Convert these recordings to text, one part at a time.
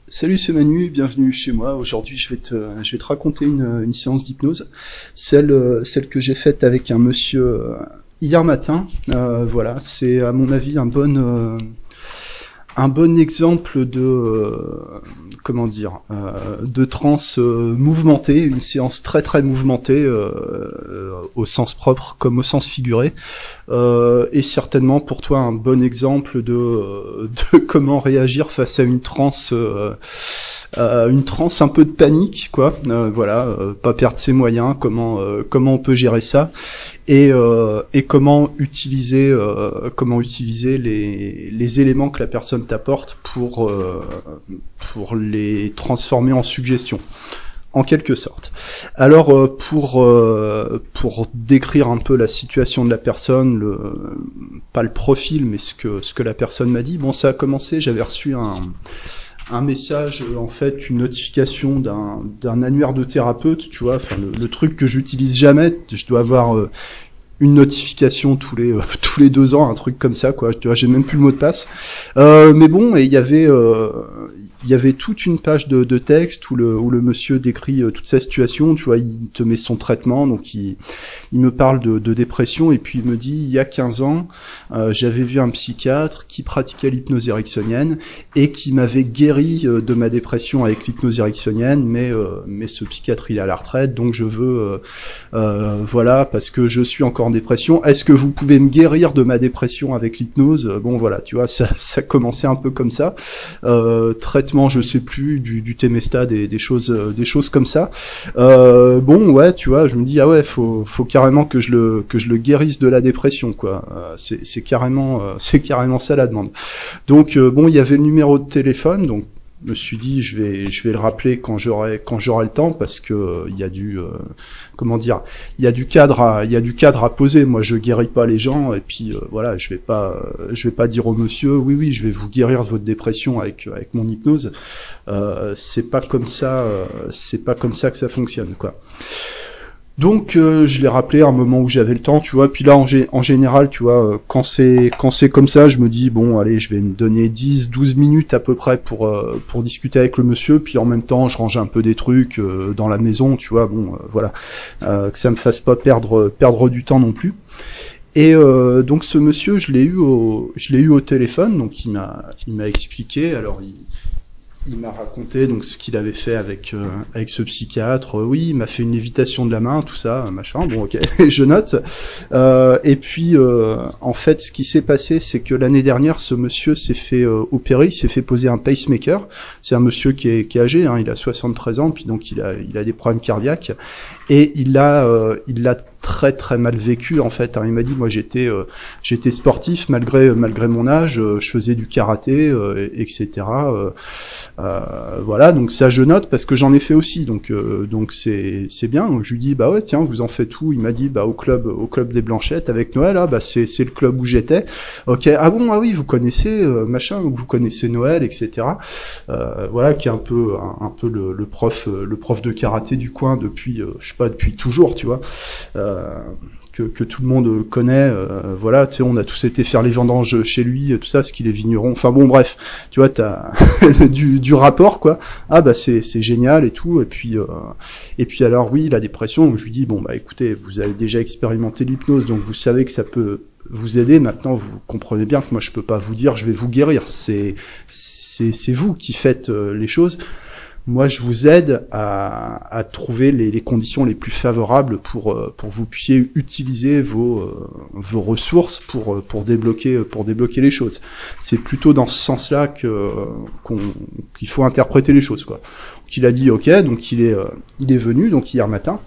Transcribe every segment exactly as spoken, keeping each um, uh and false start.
Salut, c'est Manu, bienvenue chez moi. Aujourd'hui, je vais te, je vais te raconter une, une séance d'hypnose, celle, euh, celle que j'ai faite avec un monsieur euh, hier matin. Euh, voilà, c'est à mon avis un bon, euh, un bon exemple de, euh, comment dire, euh, de transe euh, mouvementée, une séance très très mouvementée euh, euh, au sens propre comme au sens figuré. Euh, et certainement pour toi un bon exemple de, euh, de comment réagir face à une transe, euh, euh, une transe un peu de panique, quoi. Euh, voilà, euh, pas perdre ses moyens, comment, euh, comment on peut gérer ça, et, euh, et comment utiliser, euh, comment utiliser les, les éléments que la personne t'apporte pour, euh, pour les transformer en suggestions. En quelque sorte. Alors euh, pour euh, pour décrire un peu la situation de la personne, le, pas le profil, mais ce que ce que la personne m'a dit. Bon, ça a commencé. J'avais reçu un un message, en fait, une notification d'un d'un annuaire de thérapeute. Tu vois, enfin le, le truc que j'utilise jamais. Je dois avoir euh, une notification tous les euh, tous les deux ans, un truc comme ça, quoi. Tu vois, j'ai même plus le mot de passe. Euh, mais bon, et il y avait euh, il y avait toute une page de, de texte où le où le monsieur décrit euh, toute sa situation. Tu vois, il te met son traitement, donc il il me parle de, de dépression et puis il me dit il y a quinze ans, euh, j'avais vu un psychiatre qui pratiquait l'hypnose ericksonienne et qui m'avait guéri euh, de ma dépression avec l'hypnose ericksonienne, mais euh, mais ce psychiatre il est à la retraite, donc je veux euh, euh, voilà, parce que je suis encore en dépression. Est-ce que vous pouvez me guérir de ma dépression avec l'hypnose? Bon, voilà, tu vois, ça, ça commençait un peu comme ça. Euh, traitement, je sais plus, du, du Temesta, des, des choses, des choses comme ça. Euh, bon, ouais, tu vois, je me dis ah ouais, faut, faut carrément que je le, que je le guérisse de la dépression, quoi. Euh, c'est, c'est carrément, euh, c'est carrément ça la demande. Donc euh, bon, il y avait le numéro de téléphone, donc je me suis dit je vais je vais le rappeler quand j'aurai quand j'aurai le temps parce que euh, il y a du euh, comment dire il y a du cadre à il y a du cadre à poser. Moi je guéris pas les gens et puis euh, voilà, je vais pas euh, je vais pas dire au monsieur oui oui je vais vous guérir de votre dépression avec avec mon hypnose. Euh, c'est pas comme ça euh, c'est pas comme ça que ça fonctionne, quoi. Donc euh, je l'ai rappelé à un moment où j'avais le temps, tu vois. Puis là en, gé- en général, tu vois, euh, quand c'est quand c'est comme ça, je me dis bon, allez, je vais me donner dix, douze minutes à peu près pour euh, pour discuter avec le monsieur. Puis en même temps, je range un peu des trucs euh, dans la maison, tu vois. Bon, euh, voilà, euh, que ça me fasse pas perdre perdre du temps non plus. Et euh, donc ce monsieur, je l'ai eu au je l'ai eu au téléphone, donc il m'a il m'a expliqué. Alors il il m'a raconté donc ce qu'il avait fait avec euh, avec ce psychiatre. Euh, oui, il m'a fait une lévitation de la main, tout ça, machin. Bon, ok, je note. Euh, et puis, euh, en fait, ce qui s'est passé, c'est que l'année dernière, ce monsieur s'est fait euh, opérer, il s'est fait poser un pacemaker. C'est un monsieur qui est, qui est âgé, hein, il a soixante-treize ans, puis donc il a il a des problèmes cardiaques et il l'a euh, il l'a très très mal vécu en fait, hein. Il m'a dit moi j'étais euh, j'étais sportif malgré malgré mon âge, euh, je faisais du karaté, euh, et cetera. Euh, euh, voilà, donc ça je note parce que j'en ai fait aussi, donc euh, donc c'est c'est bien. Donc je lui dis bah ouais tiens vous en faites où? Il m'a dit bah au club au club des Blanchettes avec Noël, ah bah c'est c'est le club où j'étais. Ok, ah bon, ah oui vous connaissez euh, machin, vous connaissez Noël, et cetera. Euh, voilà, qui est un peu un, un peu le, le prof euh, le prof de karaté du coin depuis euh, je sais pas depuis toujours, tu vois. Euh, que, que tout le monde connaît, euh, voilà, tu sais, on a tous été faire les vendanges chez lui, tout ça, ce qu'il est vigneron, enfin bon, bref, tu vois, t'as du, du rapport, quoi. Ah bah c'est c'est génial et tout, et puis euh, et puis alors oui, la dépression, donc je lui dis bon bah écoutez, vous avez déjà expérimenté l'hypnose, donc vous savez que ça peut vous aider. Maintenant, vous comprenez bien que moi je peux pas vous dire je vais vous guérir, c'est c'est c'est vous qui faites euh, les choses. Moi, je vous aide à, à trouver les, les conditions les plus favorables pour euh, pour que vous puissiez utiliser vos euh, vos ressources pour euh, pour débloquer pour débloquer les choses. C'est plutôt dans ce sens-là que qu'on qu'il faut interpréter les choses, quoi. Donc il a dit ok, donc il est euh, il est venu donc hier matin.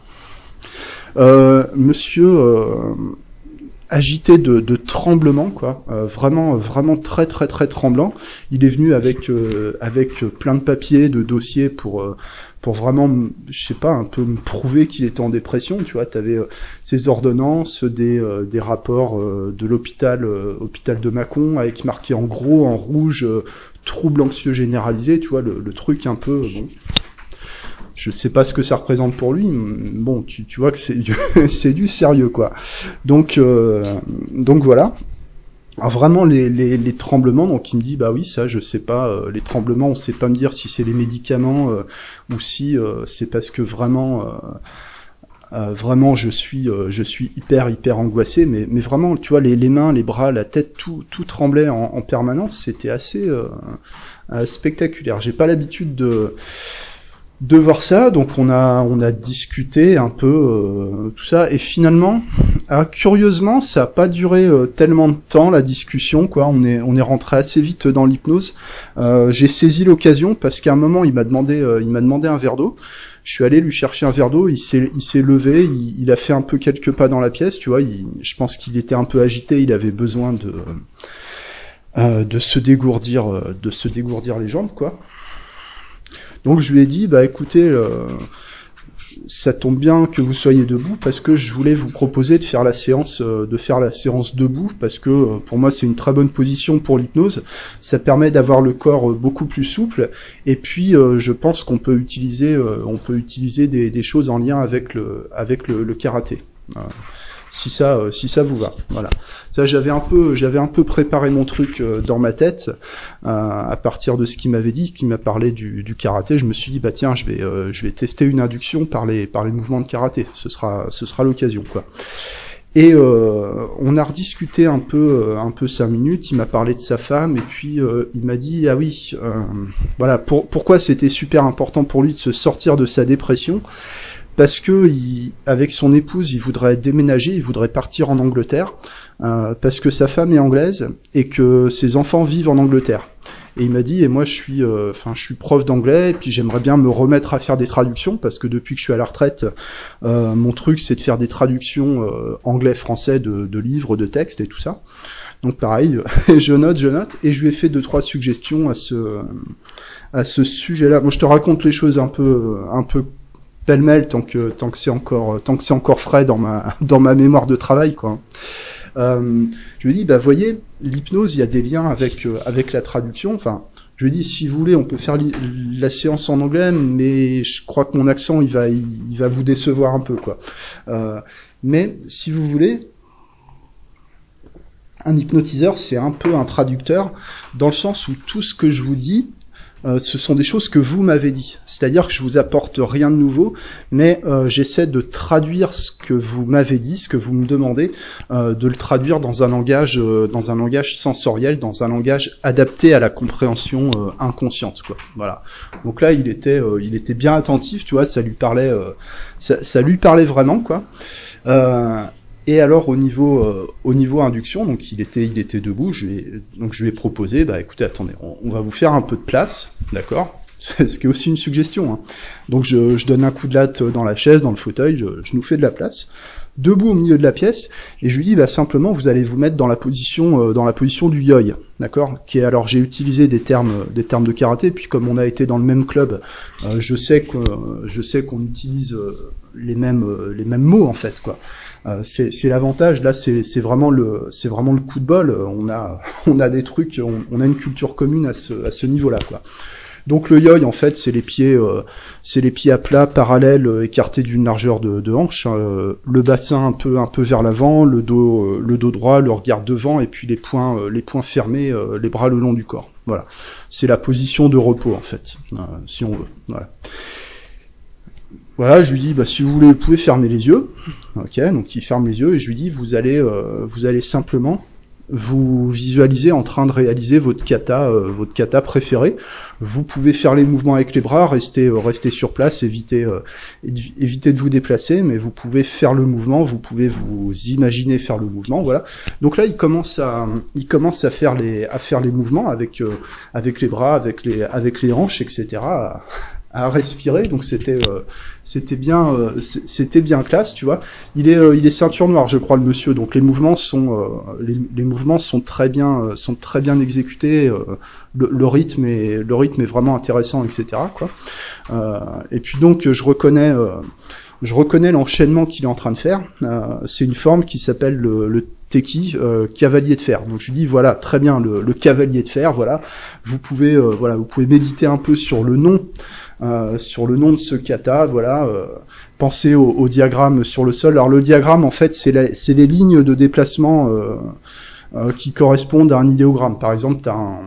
Euh, monsieur euh, agité de, de tremblement, quoi, euh, vraiment vraiment très très très tremblant. Il est venu avec euh, avec plein de papiers, de dossiers pour euh, pour vraiment, je sais pas, un peu me prouver qu'il était en dépression. Tu vois, t'avais euh, ses ordonnances, des euh, des rapports euh, de l'hôpital euh, hôpital de Mâcon avec marqué en gros en rouge euh, trouble anxieux généralisé. Tu vois, le, le truc un peu bon. Je sais pas ce que ça représente pour lui. Bon, tu, tu vois que c'est du, c'est du sérieux, quoi. Donc, euh, donc voilà. Alors vraiment les, les, les tremblements, donc il me dit bah oui ça je sais pas, euh, les tremblements on sait pas me dire si c'est les médicaments euh, ou si euh, c'est parce que vraiment euh, euh, vraiment je suis euh, je suis hyper hyper angoissé, mais mais vraiment tu vois les, les mains, les bras, la tête tout tout tremblait en, en permanence, c'était assez euh, euh, spectaculaire. J'ai pas l'habitude de de voir ça, donc on a on a discuté un peu euh, tout ça, et finalement, ah, curieusement, ça a pas duré euh, tellement de temps la discussion, quoi. On est on est rentré assez vite dans l'hypnose. Euh, j'ai saisi l'occasion parce qu'à un moment il m'a demandé euh, il m'a demandé un verre d'eau. Je suis allé lui chercher un verre d'eau. Il s'est il s'est levé, il, il a fait un peu quelques pas dans la pièce, tu vois. Il, je pense qu'il était un peu agité, il avait besoin de euh, de se dégourdir euh, de se dégourdir les jambes, quoi. Donc je lui ai dit, bah écoutez, euh, ça tombe bien que vous soyez debout parce que je voulais vous proposer de faire la séance, euh, de faire la séance debout parce que euh, pour moi c'est une très bonne position pour l'hypnose. Ça permet d'avoir le corps euh, beaucoup plus souple et puis euh, je pense qu'on peut utiliser, euh, on peut utiliser des, des choses en lien avec le, avec le, le karaté. Euh, si ça euh, si ça vous va, voilà. Ça j'avais un peu j'avais un peu préparé mon truc euh, dans ma tête euh, à partir de ce qu'il m'avait dit, qu'il m'a parlé du, du karaté. Je me suis dit bah tiens je vais euh, je vais tester une induction par les par les mouvements de karaté. Ce sera ce sera l'occasion, quoi. Et euh, on a rediscuté un peu euh, un peu cinq minutes. Il m'a parlé de sa femme et puis euh, il m'a dit ah oui euh, voilà pour, pourquoi c'était super important pour lui de se sortir de sa dépression. Parce que il, avec son épouse, il voudrait déménager, il voudrait partir en Angleterre, euh, parce que sa femme est anglaise et que ses enfants vivent en Angleterre. Et il m'a dit, et moi je suis, enfin euh, je suis prof d'anglais, et puis j'aimerais bien me remettre à faire des traductions parce que depuis que je suis à la retraite, euh, mon truc c'est de faire des traductions euh, anglais-français de, de livres, de textes et tout ça. Donc pareil, je note, je note, et je lui ai fait deux trois suggestions à ce à ce sujet-là. Moi je te raconte les choses un peu un peu pêle-mêle tant que tant que c'est encore tant que c'est encore frais dans ma dans ma mémoire de travail, quoi. Euh, je lui ai dit bah voyez l'hypnose il y a des liens avec euh, avec la traduction. Enfin je lui ai dit si vous voulez on peut faire la séance en anglais mais je crois que mon accent il va il, il va vous décevoir un peu, quoi. Euh, mais si vous voulez un hypnotiseur c'est un peu un traducteur dans le sens où tout ce que je vous dis Euh, ce sont des choses que vous m'avez dit. C'est-à-dire que je vous apporte rien de nouveau, mais euh, j'essaie de traduire ce que vous m'avez dit, ce que vous me demandez, euh, de le traduire dans un langage, euh, dans un langage sensoriel, dans un langage adapté à la compréhension euh, inconsciente, quoi. Voilà. Donc là, il était, euh, il était bien attentif, tu vois, ça lui parlait, euh, ça, ça lui parlait vraiment, quoi. Euh, Et alors au niveau euh, au niveau induction, donc il était il était debout, je lui ai, donc je lui ai proposé bah écoutez attendez, on, on va vous faire un peu de place, d'accord? Ce qui est aussi une suggestion, hein. Donc je, je donne un coup de latte dans la chaise, dans le fauteuil, je, je nous fais de la place, debout au milieu de la pièce, et je lui dis bah simplement vous allez vous mettre dans la position euh, dans la position du yoi, d'accord? Qui est, alors j'ai utilisé des termes des termes de karaté, puis comme on a été dans le même club, euh, je sais que euh, je sais qu'on utilise euh, les mêmes euh, les mêmes mots en fait, quoi. Euh, c'est, c'est l'avantage là, c'est, c'est vraiment le, c'est vraiment le coup de bol. On a, on a des trucs, on, on a une culture commune à ce, à ce niveau-là, quoi. Donc le yoi, en fait, c'est les pieds, euh, c'est les pieds à plat, parallèles, euh, écartés d'une largeur de, de hanche, euh, le bassin un peu, un peu vers l'avant, le dos, euh, le dos droit, le regard devant, et puis les poings, euh, les poings fermés, euh, les bras le long du corps. Voilà, c'est la position de repos en fait, euh, si on veut. Voilà. Voilà, je lui dis, bah, si vous voulez, vous pouvez fermer les yeux. Ok, donc il ferme les yeux et je lui dis, vous allez, euh, vous allez simplement vous visualiser en train de réaliser votre kata, euh, votre kata préféré. Vous pouvez faire les mouvements avec les bras, rester, euh, rester sur place, éviter, euh, éviter de vous déplacer, mais vous pouvez faire le mouvement, vous pouvez vous imaginer faire le mouvement, voilà. Donc là, il commence à, il commence à faire les, à faire les mouvements avec, euh, avec les bras, avec les, avec les hanches, et cetera à respirer, donc c'était euh, c'était bien euh, c'était bien classe, tu vois. Il est euh, il est ceinture noire, je crois, le monsieur, donc les mouvements sont euh, les, les mouvements sont très bien euh, sont très bien exécutés, euh, le, le rythme est le rythme est vraiment intéressant, et cetera quoi. Euh, et puis donc je reconnais euh, je reconnais l'enchaînement qu'il est en train de faire. Euh, c'est une forme qui s'appelle le, le Teki, euh, cavalier de fer. Donc je dis voilà, très bien, le, le cavalier de fer, voilà. Vous pouvez euh, voilà, vous pouvez méditer un peu sur le nom Euh, sur le nom de ce kata, voilà. Euh, pensez au, au diagramme sur le sol. Alors le diagramme, en fait, c'est, la, c'est les lignes de déplacement, euh, euh, qui correspondent à un idéogramme. Par exemple, t'as un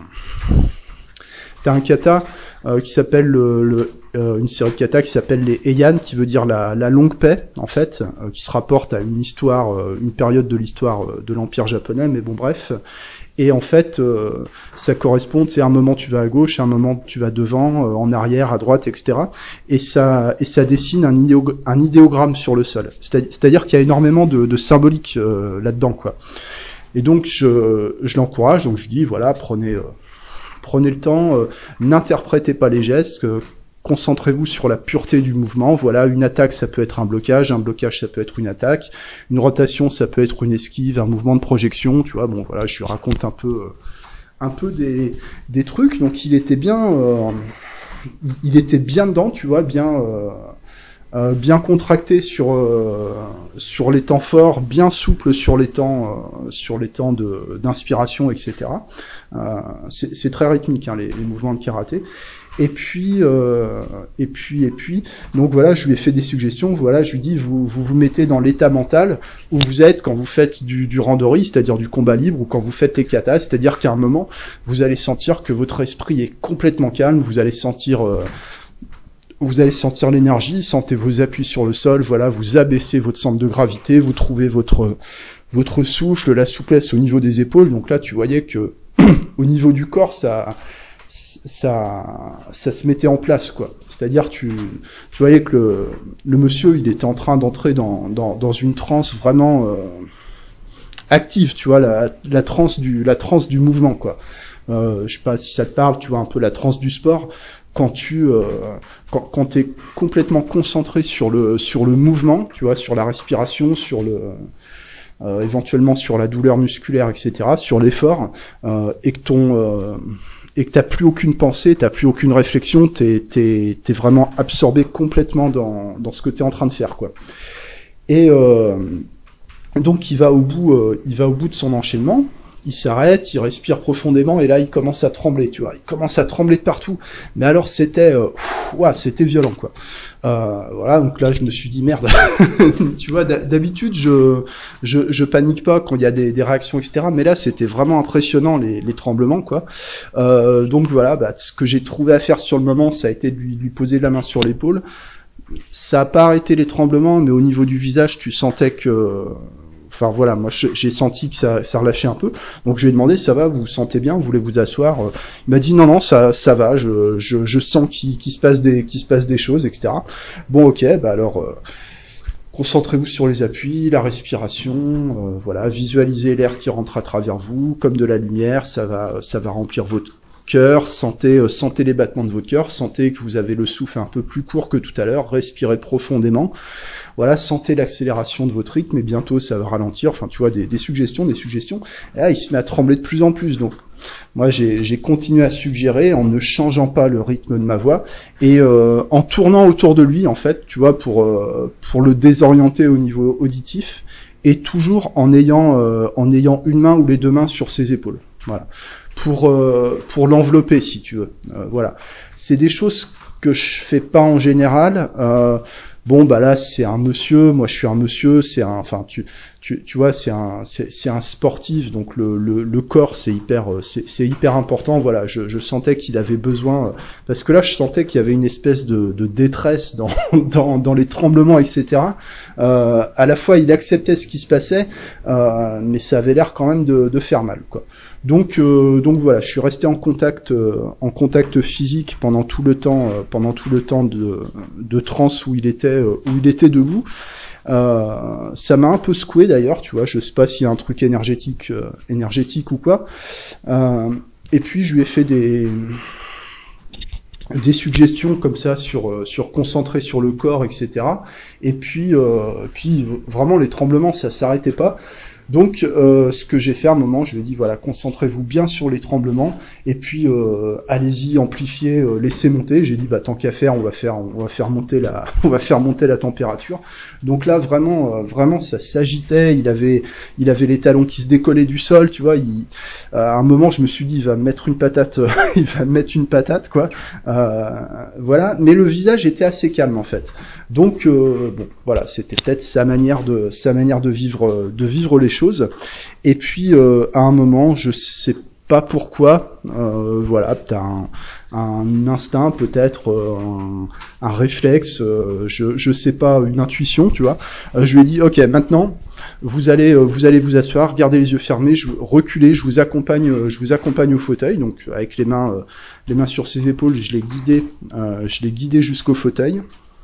t'as un kata euh, qui s'appelle le, le euh, une série de kata qui s'appelle les Heian, qui veut dire la, la longue paix, en fait, euh, qui se rapporte à une histoire, euh, une période de l'histoire euh, de l'Empire japonais, mais bon, bref. Et en fait, euh, ça correspond, c'est un moment tu vas à gauche, un moment tu vas devant, euh, en arrière, à droite, et cetera. Et ça, et ça dessine un, idéog un idéogramme sur le sol. C'est-à-dire qu'il y a énormément de, de symbolique euh, là-dedans, quoi. Et donc, je, je l'encourage, donc je dis, voilà, prenez, euh, prenez le temps, euh, n'interprétez pas les gestes, euh, concentrez-vous sur la pureté du mouvement. Voilà, une attaque, ça peut être un blocage, un blocage, ça peut être une attaque, une rotation, ça peut être une esquive, un mouvement de projection, tu vois. Bon, voilà, je lui raconte un peu, euh, un peu des, des trucs. Donc, il était bien, euh, il était bien dedans, tu vois, bien, euh, euh, bien contracté sur, euh, sur les temps forts, bien souple sur les temps, euh, sur les temps de, d'inspiration, et cetera. Euh, c'est, c'est très rythmique, hein, les, les mouvements de karaté. Et puis, euh, et puis, et puis, donc voilà, je lui ai fait des suggestions. Voilà, je lui dis, vous vous, vous mettez dans l'état mental où vous êtes quand vous faites du, du randori, c'est-à-dire du combat libre, ou quand vous faites les katas, c'est-à-dire qu'à un moment, vous allez sentir que votre esprit est complètement calme, vous allez sentir, euh, vous allez sentir l'énergie, sentez vos appuis sur le sol, voilà, vous abaissez votre centre de gravité, vous trouvez votre, votre souffle, la souplesse au niveau des épaules. Donc là, tu voyais que au niveau du corps, ça ça ça se mettait en place, quoi. C'est-à-dire tu tu voyais que le le monsieur, il était en train d'entrer dans dans dans une transe vraiment euh, active, tu vois, la la transe du la transe du mouvement, quoi. Euh, je sais pas si ça te parle, tu vois, un peu la transe du sport, quand tu euh, quand quand t'es complètement concentré sur le sur le mouvement, tu vois, sur la respiration, sur le euh, éventuellement sur la douleur musculaire, et cetera, sur l'effort, euh, et que ton euh, et que t'as plus aucune pensée, t'as plus aucune réflexion, t'es t'es t'es vraiment absorbé complètement dans dans ce que t'es en train de faire, quoi. Et euh, donc il va au bout, euh, il va au bout de son enchaînement. Il s'arrête, il respire profondément et là il commence à trembler, tu vois. Il commence à trembler de partout. Mais alors c'était, euh, pff, ouah, c'était violent, quoi. Euh, voilà, donc là je me suis dit merde. Tu vois, d'habitude je, je je panique pas quand il y a des, des réactions, et cetera. Mais là c'était vraiment impressionnant les, les tremblements, quoi. Euh, donc voilà, bah, ce que j'ai trouvé à faire sur le moment, ça a été de lui, lui poser la main sur l'épaule. Ça a pas arrêté les tremblements, mais au niveau du visage, tu sentais que enfin voilà, moi j'ai senti que ça, ça relâchait un peu. Donc je lui ai demandé, ça va, vous vous sentez bien, vous voulez vous asseoir? Il m'a dit non non, ça ça va, je je, je sens qu'il qu'il se passe des qu'il se passe des choses, et cetera. Bon ok, bah alors euh, concentrez-vous sur les appuis, la respiration, euh, voilà, visualisez l'air qui rentre à travers vous comme de la lumière, ça va ça va remplir votre cœur, sentez euh, sentez les battements de votre cœur, sentez que vous avez le souffle un peu plus court que tout à l'heure, respirez profondément. Voilà, sentez l'accélération de votre rythme, et bientôt ça va ralentir. Enfin, tu vois, des, des suggestions, des suggestions. Et là, il se met à trembler de plus en plus. Donc, moi, j'ai, j'ai continué à suggérer en ne changeant pas le rythme de ma voix et euh, en tournant autour de lui, en fait, tu vois, pour euh, pour le désorienter au niveau auditif, et toujours en ayant euh, en ayant une main ou les deux mains sur ses épaules. Voilà, pour euh, pour l'envelopper, si tu veux. Euh, voilà, c'est des choses que je fais pas en général. Euh, Bon bah là c'est un monsieur, moi je suis un monsieur, c'est un, enfin tu tu tu vois c'est un c'est c'est un sportif, donc le le, le corps c'est hyper c'est c'est hyper important. Voilà, je je sentais qu'il avait besoin, parce que là je sentais qu'il y avait une espèce de de détresse dans dans dans les tremblements, et cetera. Euh, à la fois il acceptait ce qui se passait, euh, mais ça avait l'air quand même de de faire mal, quoi. Donc, euh, donc voilà, je suis resté en contact, euh, en contact physique pendant tout le temps, euh, pendant tout le temps de, de transe où il était, euh, où il était debout. Euh, ça m'a un peu secoué d'ailleurs, tu vois. Je sais pas s'il y a un truc énergétique, euh, énergétique ou quoi. Euh, et puis je lui ai fait des des suggestions comme ça sur euh, sur concentrer sur le corps, et cetera. Et puis euh, puis vraiment les tremblements ça s'arrêtait pas. Donc, euh, ce que j'ai fait à un moment, je lui ai dit, voilà, concentrez-vous bien sur les tremblements, et puis euh, allez-y, amplifiez, euh, laissez monter. J'ai dit, bah tant qu'à faire, on va faire, on va faire monter la, on va faire monter la température. Donc là, vraiment, euh, vraiment, ça s'agitait. Il avait, il avait les talons qui se décollaient du sol, tu vois. Il, à un moment, je me suis dit, il va me mettre une patate, il va me mettre une patate, quoi. Euh, voilà. Mais le visage était assez calme en fait. Donc, euh, bon, voilà, c'était peut-être sa manière de, sa manière de vivre, de vivre les choses. Et puis euh, à un moment, je sais pas pourquoi, euh, voilà, t'as un, un instinct peut-être, euh, un, un réflexe, euh, je je sais pas, une intuition, tu vois. Euh, je lui ai dit ok, maintenant vous allez euh, vous allez vous asseoir, gardez les yeux fermés, je reculez, je vous accompagne, euh, je vous accompagne au fauteuil, donc avec les mains euh, les mains sur ses épaules, je l'ai guidé, euh, je l'ai guidé jusqu'au fauteuil.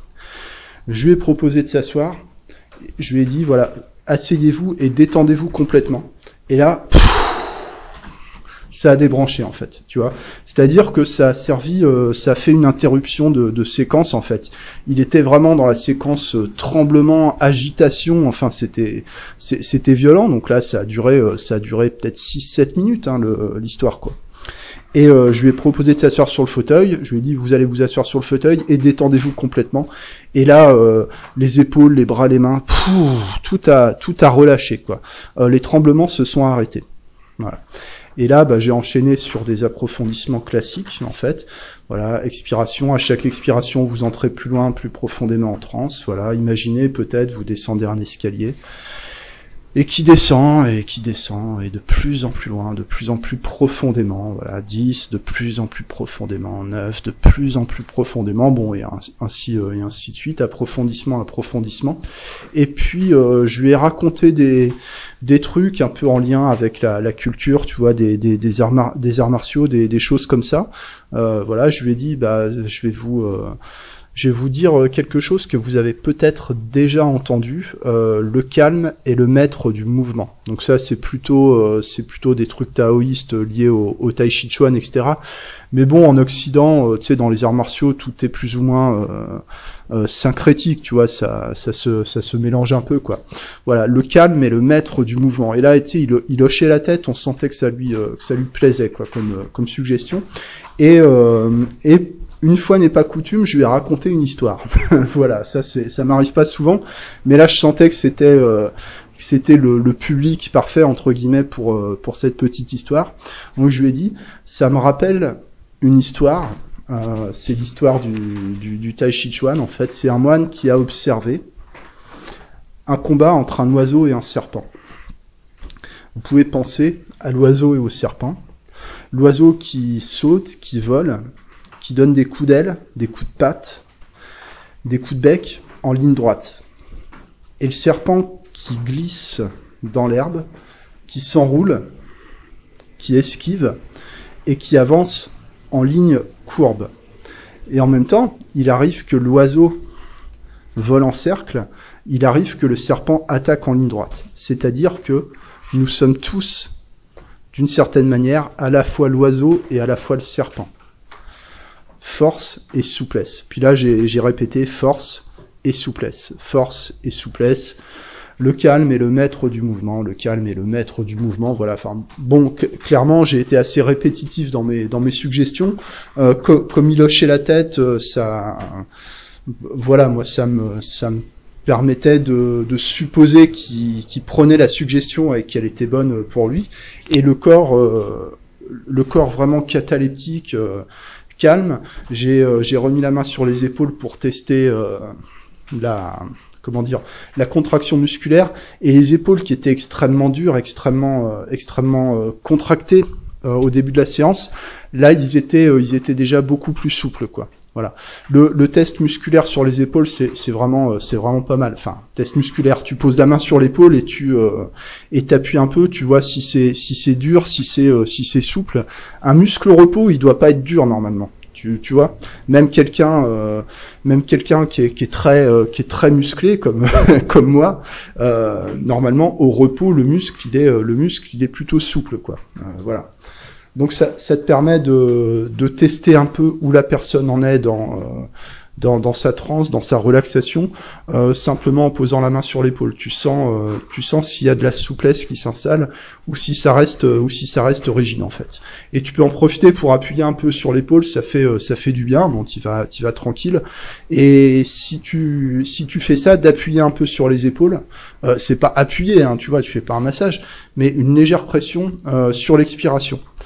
Je lui ai proposé de s'asseoir. Je lui ai dit voilà, asseyez-vous et détendez-vous complètement. Et là, ça a débranché en fait, tu vois. C'est-à-dire que ça a servi, euh, ça a fait une interruption de, de séquence en fait. Il était vraiment dans la séquence euh, tremblement, agitation. Enfin, c'était, c'était violent. Donc là, ça a duré, euh, ça a duré peut-être six sept minutes hein, le, l'histoire quoi. Et euh, je lui ai proposé de s'asseoir sur le fauteuil. Je lui ai dit vous allez vous asseoir sur le fauteuil et détendez-vous complètement. Et là, euh, les épaules, les bras, les mains, pouf, tout a tout a relâché quoi. Euh, les tremblements se sont arrêtés. Voilà. Et là, bah, j'ai enchaîné sur des approfondissements classiques, en fait. Voilà, expiration. À chaque expiration, vous entrez plus loin, plus profondément en transe. Voilà, imaginez peut-être vous descendez un escalier et qui descend et qui descend et de plus en plus loin, de plus en plus profondément. Voilà, dix, de plus en plus profondément, neuf, de plus en plus profondément. Bon, et ainsi euh, et ainsi de suite, approfondissement, approfondissement. Et puis euh, je lui ai raconté des des trucs un peu en lien avec la, la culture, tu vois, des des des arts mar- des arts martiaux, des des choses comme ça. Euh, voilà, je lui ai dit bah je vais vous euh, je vais vous dire quelque chose que vous avez peut-être déjà entendu. Euh, le calme est le maître du mouvement. Donc ça, c'est plutôt, euh, c'est plutôt des trucs taoïstes liés au, au Tai Chi Chuan, et cetera. Mais bon, en Occident, euh, tu sais, dans les arts martiaux, tout est plus ou moins euh, euh, syncrétique, tu vois. Ça, ça se, ça se mélange un peu, quoi. Voilà, le calme est le maître du mouvement. Et là, tu sais, il, il hochait la tête. On sentait que ça lui, euh, que ça lui plaisait, quoi, comme, comme suggestion. Et, euh, et une fois n'est pas coutume, je lui ai raconté une histoire. Voilà, ça c'est, ça m'arrive pas souvent, mais là je sentais que c'était, euh, que c'était le, le public parfait entre guillemets pour euh, pour cette petite histoire. Donc je lui ai dit, ça me rappelle une histoire. Euh, c'est l'histoire du, du, du Tai Chi Chuan. En fait, c'est un moine qui a observé un combat entre un oiseau et un serpent. Vous pouvez penser à l'oiseau et au serpent. L'oiseau qui saute, qui vole, qui donne des coups d'aile, des coups de patte, des coups de bec en ligne droite. Et le serpent qui glisse dans l'herbe, qui s'enroule, qui esquive et qui avance en ligne courbe. Et en même temps, il arrive que l'oiseau vole en cercle, il arrive que le serpent attaque en ligne droite. C'est-à-dire que nous sommes tous, d'une certaine manière, à la fois l'oiseau et à la fois le serpent. Force et souplesse. Puis là, j'ai, j'ai répété force et souplesse. Force et souplesse. Le calme est le maître du mouvement. Le calme est le maître du mouvement. Voilà. Enfin, bon, c- clairement, j'ai été assez répétitif dans mes dans mes suggestions. Euh, co- comme il hochait la tête, euh, ça, voilà, moi, ça me ça me permettait de, de supposer qu'il, qu'il prenait la suggestion et qu'elle était bonne pour lui. Et le corps, euh, le corps vraiment cataleptique. Euh, calme, j'ai euh, j'ai remis la main sur les épaules pour tester euh, la comment dire la contraction musculaire et les épaules qui étaient extrêmement dures, extrêmement euh, extrêmement euh, contractées euh, au début de la séance. Là, ils étaient euh, ils étaient déjà beaucoup plus souples quoi. Voilà. Le, le test musculaire sur les épaules, c'est, c'est vraiment, euh, c'est vraiment pas mal. Enfin, test musculaire, tu poses la main sur l'épaule et tu euh, et t'appuies un peu, tu vois si c'est si c'est dur, si c'est euh, si c'est souple. Un muscle au repos, il doit pas être dur normalement. Tu, tu vois, même quelqu'un, euh, même quelqu'un qui est, qui est très, euh, qui est très musclé comme comme moi, euh, normalement au repos, le muscle, il est, euh, le muscle, il est plutôt souple quoi. Euh, voilà. Donc ça, ça te permet de, de tester un peu où la personne en est dans, euh, dans, dans sa transe, dans sa relaxation, euh, simplement en posant la main sur l'épaule. Tu sens, euh, tu sens s'il y a de la souplesse qui s'installe ou si ça reste, ou si ça reste rigide en fait. Et tu peux en profiter pour appuyer un peu sur l'épaule, ça fait, euh, ça fait du bien. Bon, tu vas, tu vas tranquille. Et si tu, si tu fais ça, d'appuyer un peu sur les épaules, euh, c'est pas appuyer, hein, tu vois, tu fais pas un massage, mais une légère pression euh, sur l'expiration.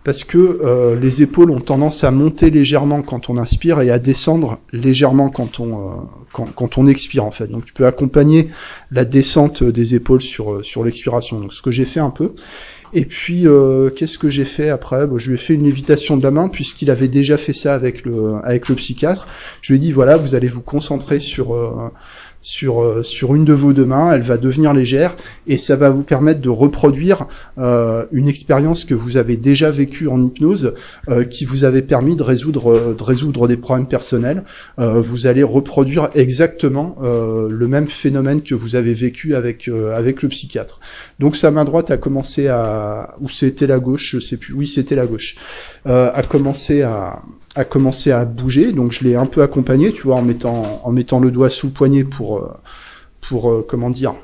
parce que euh, les épaules ont tendance à monter légèrement quand on inspire et à descendre légèrement quand on euh, quand, quand on expire en fait. Donc tu peux accompagner la descente des épaules sur sur l'expiration. Donc ce que j'ai fait un peu. Et puis, euh, qu'est-ce que j'ai fait après? Bon, je lui ai fait une lévitation de la main, puisqu'il avait déjà fait ça avec le avec le psychiatre. Je lui ai dit, voilà, vous allez vous concentrer sur euh, sur euh, sur une de vos deux mains, elle va devenir légère, et ça va vous permettre de reproduire euh, une expérience que vous avez déjà vécue en hypnose, euh, qui vous avait permis de résoudre de résoudre des problèmes personnels. Euh, vous allez reproduire exactement euh, le même phénomène que vous avez vécu avec euh, avec le psychiatre. Donc sa main droite a commencé à, ou c'était la gauche, je sais plus, oui c'était la gauche, euh, a commencé à, a commencé à bouger. Donc je l'ai un peu accompagné, tu vois, en mettant, en mettant le doigt sous le poignet pour, euh, pour euh, comment dire,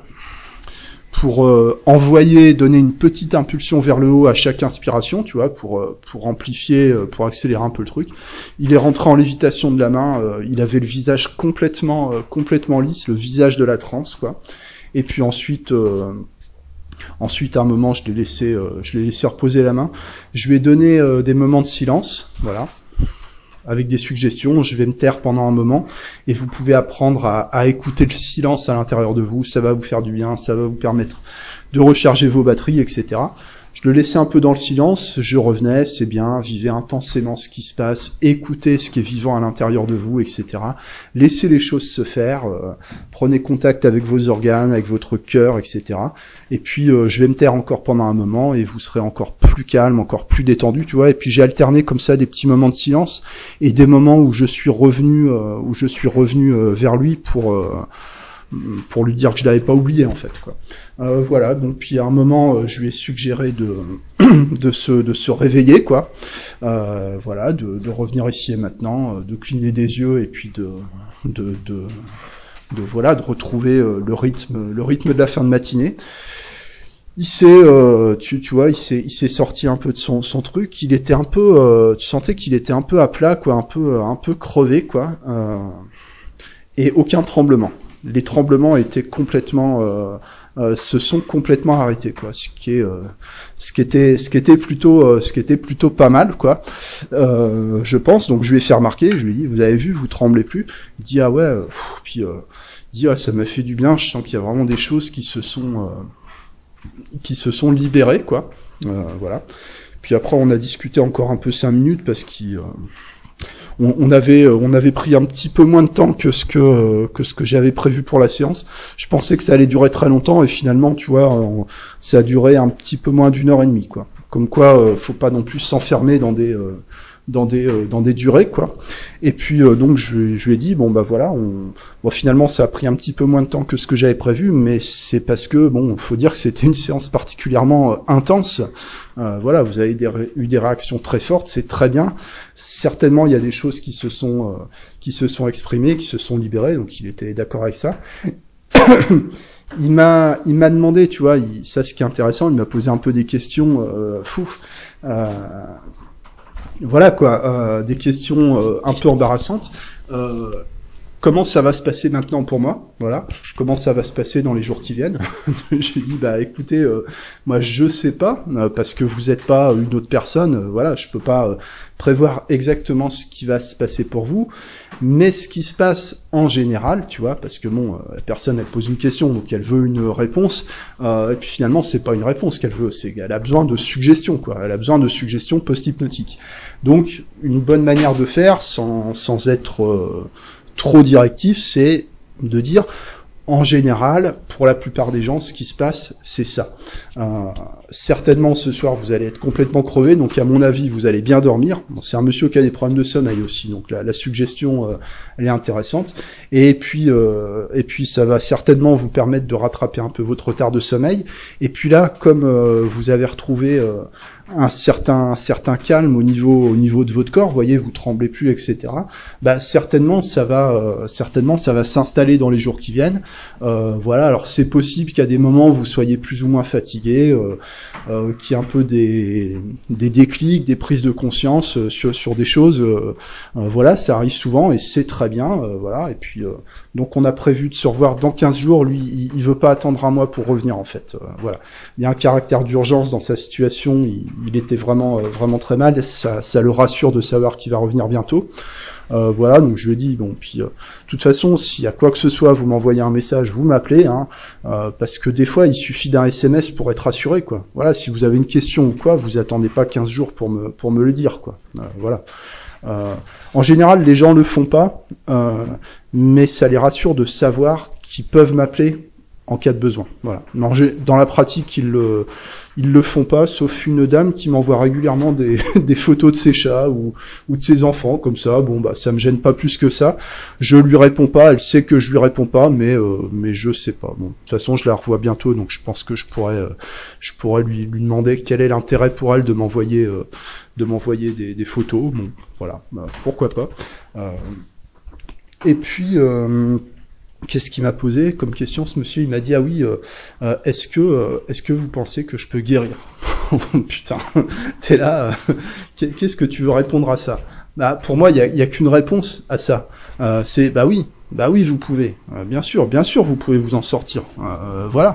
pour euh, envoyer, donner une petite impulsion vers le haut à chaque inspiration, tu vois, pour euh, pour amplifier, euh, pour accélérer un peu le truc. Il est rentré en lévitation de la main, euh, il avait le visage complètement, euh, complètement lisse, le visage de la transe, quoi. Et puis ensuite. Euh, Ensuite, à un moment, je l'ai laissé, euh, je l'ai laissé reposer la main. Je lui ai donné euh, des moments de silence, voilà, avec des suggestions. Je vais me taire pendant un moment, et vous pouvez apprendre à, à écouter le silence à l'intérieur de vous. Ça va vous faire du bien, ça va vous permettre de recharger vos batteries, et cetera. Je le laissais un peu dans le silence, je revenais, c'est bien, vivez intensément ce qui se passe, écoutez ce qui est vivant à l'intérieur de vous, et cetera. Laissez les choses se faire, euh, prenez contact avec vos organes, avec votre cœur, et cetera. Et puis euh, je vais me taire encore pendant un moment, et vous serez encore plus calme, encore plus détendu, tu vois. Et puis j'ai alterné comme ça des petits moments de silence, et des moments où je suis revenu, euh, où je suis revenu euh, vers lui pour... Euh, pour lui dire que je l'avais pas oublié en fait quoi. Euh, voilà, donc puis à un moment euh, je lui ai suggéré de de se de se réveiller quoi. Euh, voilà, de, de revenir ici et maintenant, euh, de cligner des yeux et puis de de de, de voilà, de retrouver euh, le rythme le rythme de la fin de matinée. Il s'est, euh, tu, tu vois, il s'est, il s'est sorti un peu de son, son truc. Il était un peu, euh, tu sentais qu'il était un peu à plat, quoi, un peu, un peu crevé, quoi, euh, et aucun tremblement. Les tremblements étaient complètement, euh, euh, se sont complètement arrêtés, quoi. Ce qui est, euh, ce qui était, ce qui était plutôt, euh, ce qui était plutôt pas mal, quoi. Euh, je pense. Donc je lui ai fait remarquer. Je lui ai dit, vous avez vu, vous tremblez plus. Il dit ah ouais. Euh, pff, puis euh, il dit ah ça m'a fait du bien. Je sens qu'il y a vraiment des choses qui se sont, euh, qui se sont libérées, quoi. Euh, voilà. Puis après on a discuté encore un peu cinq minutes parce qu'il euh, On, on avait on avait pris un petit peu moins de temps que ce que que ce que j'avais prévu pour la séance. Je pensais que ça allait durer très longtemps et finalement, tu vois, on, ça a duré un petit peu moins d'une heure et demie, quoi. Comme quoi, euh, faut pas non plus s'enfermer dans des euh, dans des euh, dans des durées, quoi. Et puis euh, donc je, je lui ai dit bon bah voilà, on... bon finalement ça a pris un petit peu moins de temps que ce que j'avais prévu, mais c'est parce que bon, faut dire que c'était une séance particulièrement euh, intense. Euh, voilà, vous avez des ré... eu des réactions très fortes, c'est très bien. Certainement il y a des choses qui se sont euh, qui se sont exprimées, qui se sont libérées, donc il était d'accord avec ça. Il m'a, il m'a demandé, tu vois, il, ça ce qui est intéressant, il m'a posé un peu des questions, euh, fou, euh, voilà quoi, euh, des questions euh, un peu embarrassantes. Euh, comment ça va se passer maintenant pour moi? Voilà, comment ça va se passer dans les jours qui viennent? J'ai dit bah écoutez, euh, moi je sais pas euh, parce que vous êtes pas une autre personne. Euh, voilà, je peux pas euh, prévoir exactement ce qui va se passer pour vous, mais ce qui se passe en général, tu vois, parce que bon, euh, la personne elle pose une question, donc elle veut une réponse, euh, et puis finalement c'est pas une réponse qu'elle veut, c'est qu'elle a besoin de suggestions, quoi. Elle a besoin de suggestions post-hypnotiques. Donc une bonne manière de faire, sans sans être euh, trop directif, c'est de dire en général, pour la plupart des gens, ce qui se passe, c'est ça. Euh, certainement, ce soir, vous allez être complètement crevé, donc à mon avis, vous allez bien dormir. Bon, c'est un monsieur qui a des problèmes de sommeil aussi, donc la, la suggestion, euh, elle est intéressante. Et puis, euh, et puis, ça va certainement vous permettre de rattraper un peu votre retard de sommeil. Et puis là, comme euh, vous avez retrouvé euh, un certain, un certain calme au niveau, au niveau de votre corps, vous voyez, vous tremblez plus, et cetera. Bah certainement, ça va, euh, certainement, ça va s'installer dans les jours qui viennent. Euh, voilà, alors c'est possible qu'à des moments vous soyez plus ou moins fatigué, euh, euh, qu'il y ait un peu des, des déclics, des prises de conscience euh, sur, sur des choses. Euh, euh, voilà, ça arrive souvent et c'est très bien. Euh, voilà, et puis euh, donc on a prévu de se revoir dans quinze jours. Lui, il, il veut pas attendre un mois pour revenir en fait. Euh, voilà, il y a un caractère d'urgence dans sa situation. Il, il était vraiment, euh, vraiment très mal. Ça, ça le rassure de savoir qu'il va revenir bientôt. Euh, voilà, donc je lui ai dit, bon, puis, euh, de toute façon, s'il y a quoi que ce soit, vous m'envoyez un message, vous m'appelez, hein, euh, parce que des fois, il suffit d'un S M S pour être rassuré, quoi. Voilà, si vous avez une question ou quoi, vous attendez pas quinze jours pour me, pour me le dire, quoi. Euh, voilà. Euh, en général, les gens le font pas, euh, mais ça les rassure de savoir qu'ils peuvent m'appeler en cas de besoin. Voilà. Non, dans la pratique, ils le, ils le font pas, sauf une dame qui m'envoie régulièrement des, des photos de ses chats ou, ou de ses enfants, comme ça. Bon, bah, ça me gêne pas plus que ça. Je lui réponds pas, elle sait que je lui réponds pas, mais, euh, mais je sais pas. Bon, de toute façon, je la revois bientôt, donc je pense que je pourrais, euh, je pourrais lui, lui demander quel est l'intérêt pour elle de m'envoyer, euh, de m'envoyer des, des photos. Bon, voilà, bah, pourquoi pas. Euh, et puis, euh, qu'est-ce qu'il m'a posé comme question, ce monsieur? Il m'a dit, ah oui, euh, euh, est-ce que, euh, est-ce que vous pensez que je peux guérir? Putain, t'es là, euh, qu'est-ce que tu veux répondre à ça? Bah, pour moi, il y a, y a qu'une réponse à ça. Euh, c'est, bah oui, bah oui, vous pouvez. Euh, bien sûr, bien sûr, vous pouvez vous en sortir. Euh, voilà.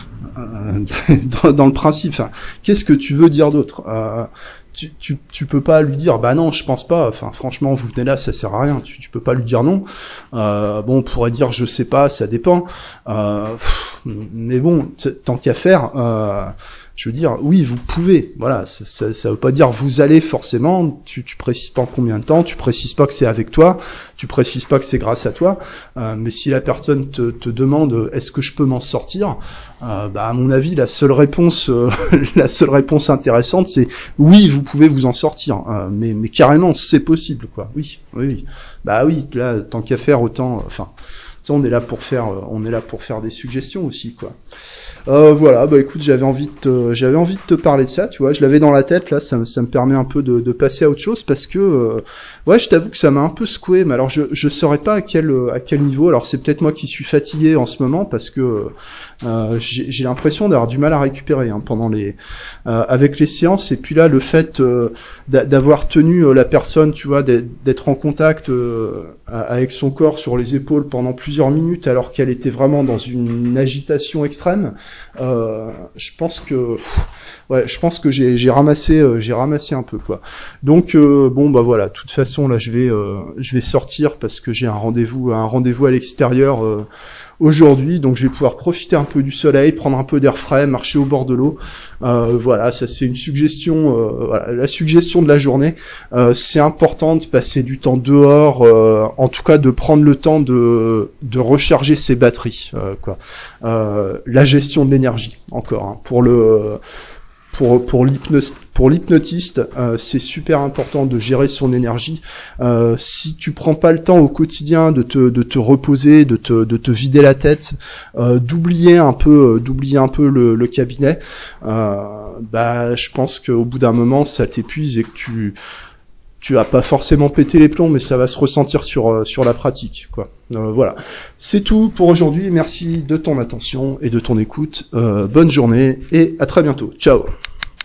Euh, dans, dans le principe, enfin, qu'est-ce que tu veux dire d'autre? euh, Tu, tu, tu peux pas lui dire bah non je pense pas, enfin franchement vous venez là ça sert à rien, tu, tu peux pas lui dire non. Euh, bon on pourrait dire je sais pas, ça dépend, euh, pff, mais bon tant qu'à faire, euh, je veux dire oui vous pouvez, voilà ça, ça, ça veut pas dire vous allez forcément, tu, tu précises pas en combien de temps, tu précises pas que c'est avec toi, tu précises pas que c'est grâce à toi, euh, mais si la personne te, te demande est-ce que je peux m'en sortir, euh, bah à mon avis la seule réponse euh, la seule réponse intéressante c'est oui vous pouvez vous en sortir, euh, mais mais carrément c'est possible quoi. Oui oui oui. Bah oui là tant qu'à faire autant, enfin on est là pour faire on est là pour faire des suggestions aussi quoi. Euh, voilà, bah écoute, j'avais envie de te, j'avais envie de te parler de ça, tu vois, je l'avais dans la tête, là, ça, ça me permet un peu de, de passer à autre chose, parce que, euh, ouais, je t'avoue que ça m'a un peu secoué, mais alors je, je saurais pas à quel, à quel niveau, alors c'est peut-être moi qui suis fatigué en ce moment, parce que euh, j'ai, j'ai l'impression d'avoir du mal à récupérer hein, pendant les, euh, avec les séances, et puis là, le fait euh, d'avoir tenu euh, la personne, tu vois, d'être en contact euh, avec son corps sur les épaules pendant plusieurs minutes, alors qu'elle était vraiment dans une agitation extrême. Euh, je pense que pff, ouais, je pense que j'ai j'ai ramassé euh, j'ai ramassé un peu quoi. Donc euh, bon bah voilà, de toute façon là je vais euh, je vais sortir parce que j'ai un rendez-vous un rendez-vous à l'extérieur euh, aujourd'hui, donc je vais pouvoir profiter un peu du soleil, prendre un peu d'air frais, marcher au bord de l'eau. Euh, voilà, ça c'est une suggestion, euh, voilà, la suggestion de la journée. Euh, c'est important de passer du temps dehors, euh, en tout cas de prendre le temps de de recharger ses batteries, euh, quoi. Euh, la gestion de l'énergie, encore, hein, pour le Pour, pour, l'hypnos, pour l'hypnotiste, euh, c'est super important de gérer son énergie. Euh, si tu prends pas le temps au quotidien de te, de te reposer, de te, de te vider la tête, euh, d'oublier un peu, d'oublier un peu le, le cabinet, euh, bah, je pense qu'au bout d'un moment, ça t'épuise et que tu, tu vas pas forcément péter les plombs, mais ça va se ressentir sur, sur la pratique, quoi. Euh, voilà. C'est tout pour aujourd'hui. Merci de ton attention et de ton écoute. Euh, bonne journée et à très bientôt. Ciao.